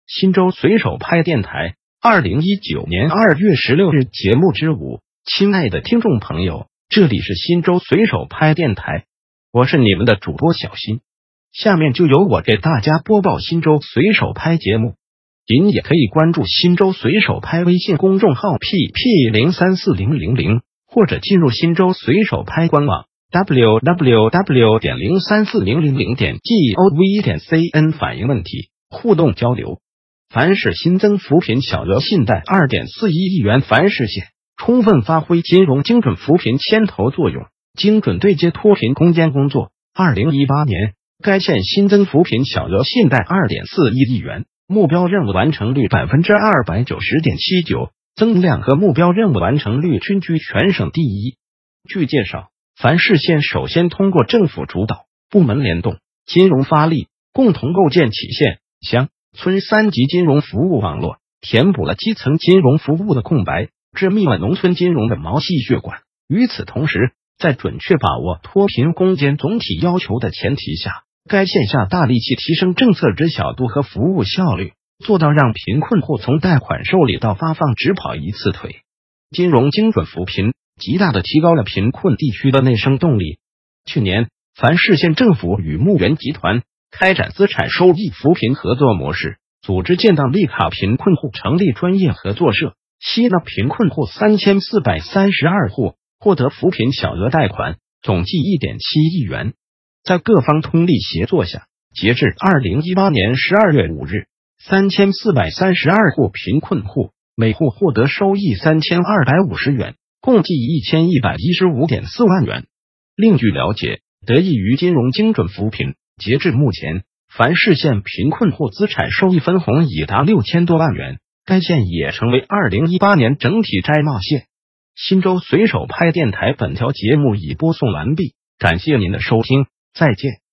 新州随手拍电台2019年2月16日节目之5，亲爱的听众朋友，这里是新州随手拍电台，我是你们的主播小新。下面就由我给大家播报新州随手拍节目。您也可以关注新州随手拍微信公众号 pp034000，或者进入新州随手拍官网 www.034000.gov.cn 反映问题，互动交流。凡市新增扶贫小额信贷2.41亿元，凡市县充分发挥金融精准扶贫牵头作用，精准对接脱贫攻坚工作。2018年，该县新增扶贫小额信贷2.41亿元，目标任务完成率 290.79%， 增量和目标任务完成率均居全省第一。据介绍，凡市县首先通过政府主导、部门联动、金融发力，共同构建起县、乡、村3级金融服务网络，填补了基层金融服务的空白，致密了农村金融的毛细血管。与此同时，在准确把握脱贫攻坚总体要求的前提下，该县下大力气提升政策知晓度和服务效率，做到让贫困户从贷款受理到发放只跑一次腿。金融精准扶贫极大地提高了贫困地区的内生动力。去年，凡市县政府与牧原集团开展资产收益扶贫合作模式，组织建档立卡贫困户成立专业合作社，吸纳贫困户3432户，获得扶贫小额贷款，总计1.7亿元。在各方通力协作下，截至2018年12月5日，3432户贫困户，每户获得收益3250元，共计1115.4万元。另据了解，得益于金融精准扶贫，截至目前，凡市县贫困户资产收益分红已达6000多万元，该县也成为2018年整体摘帽县。新州随手拍电台本条节目已播送完毕，感谢您的收听，再见。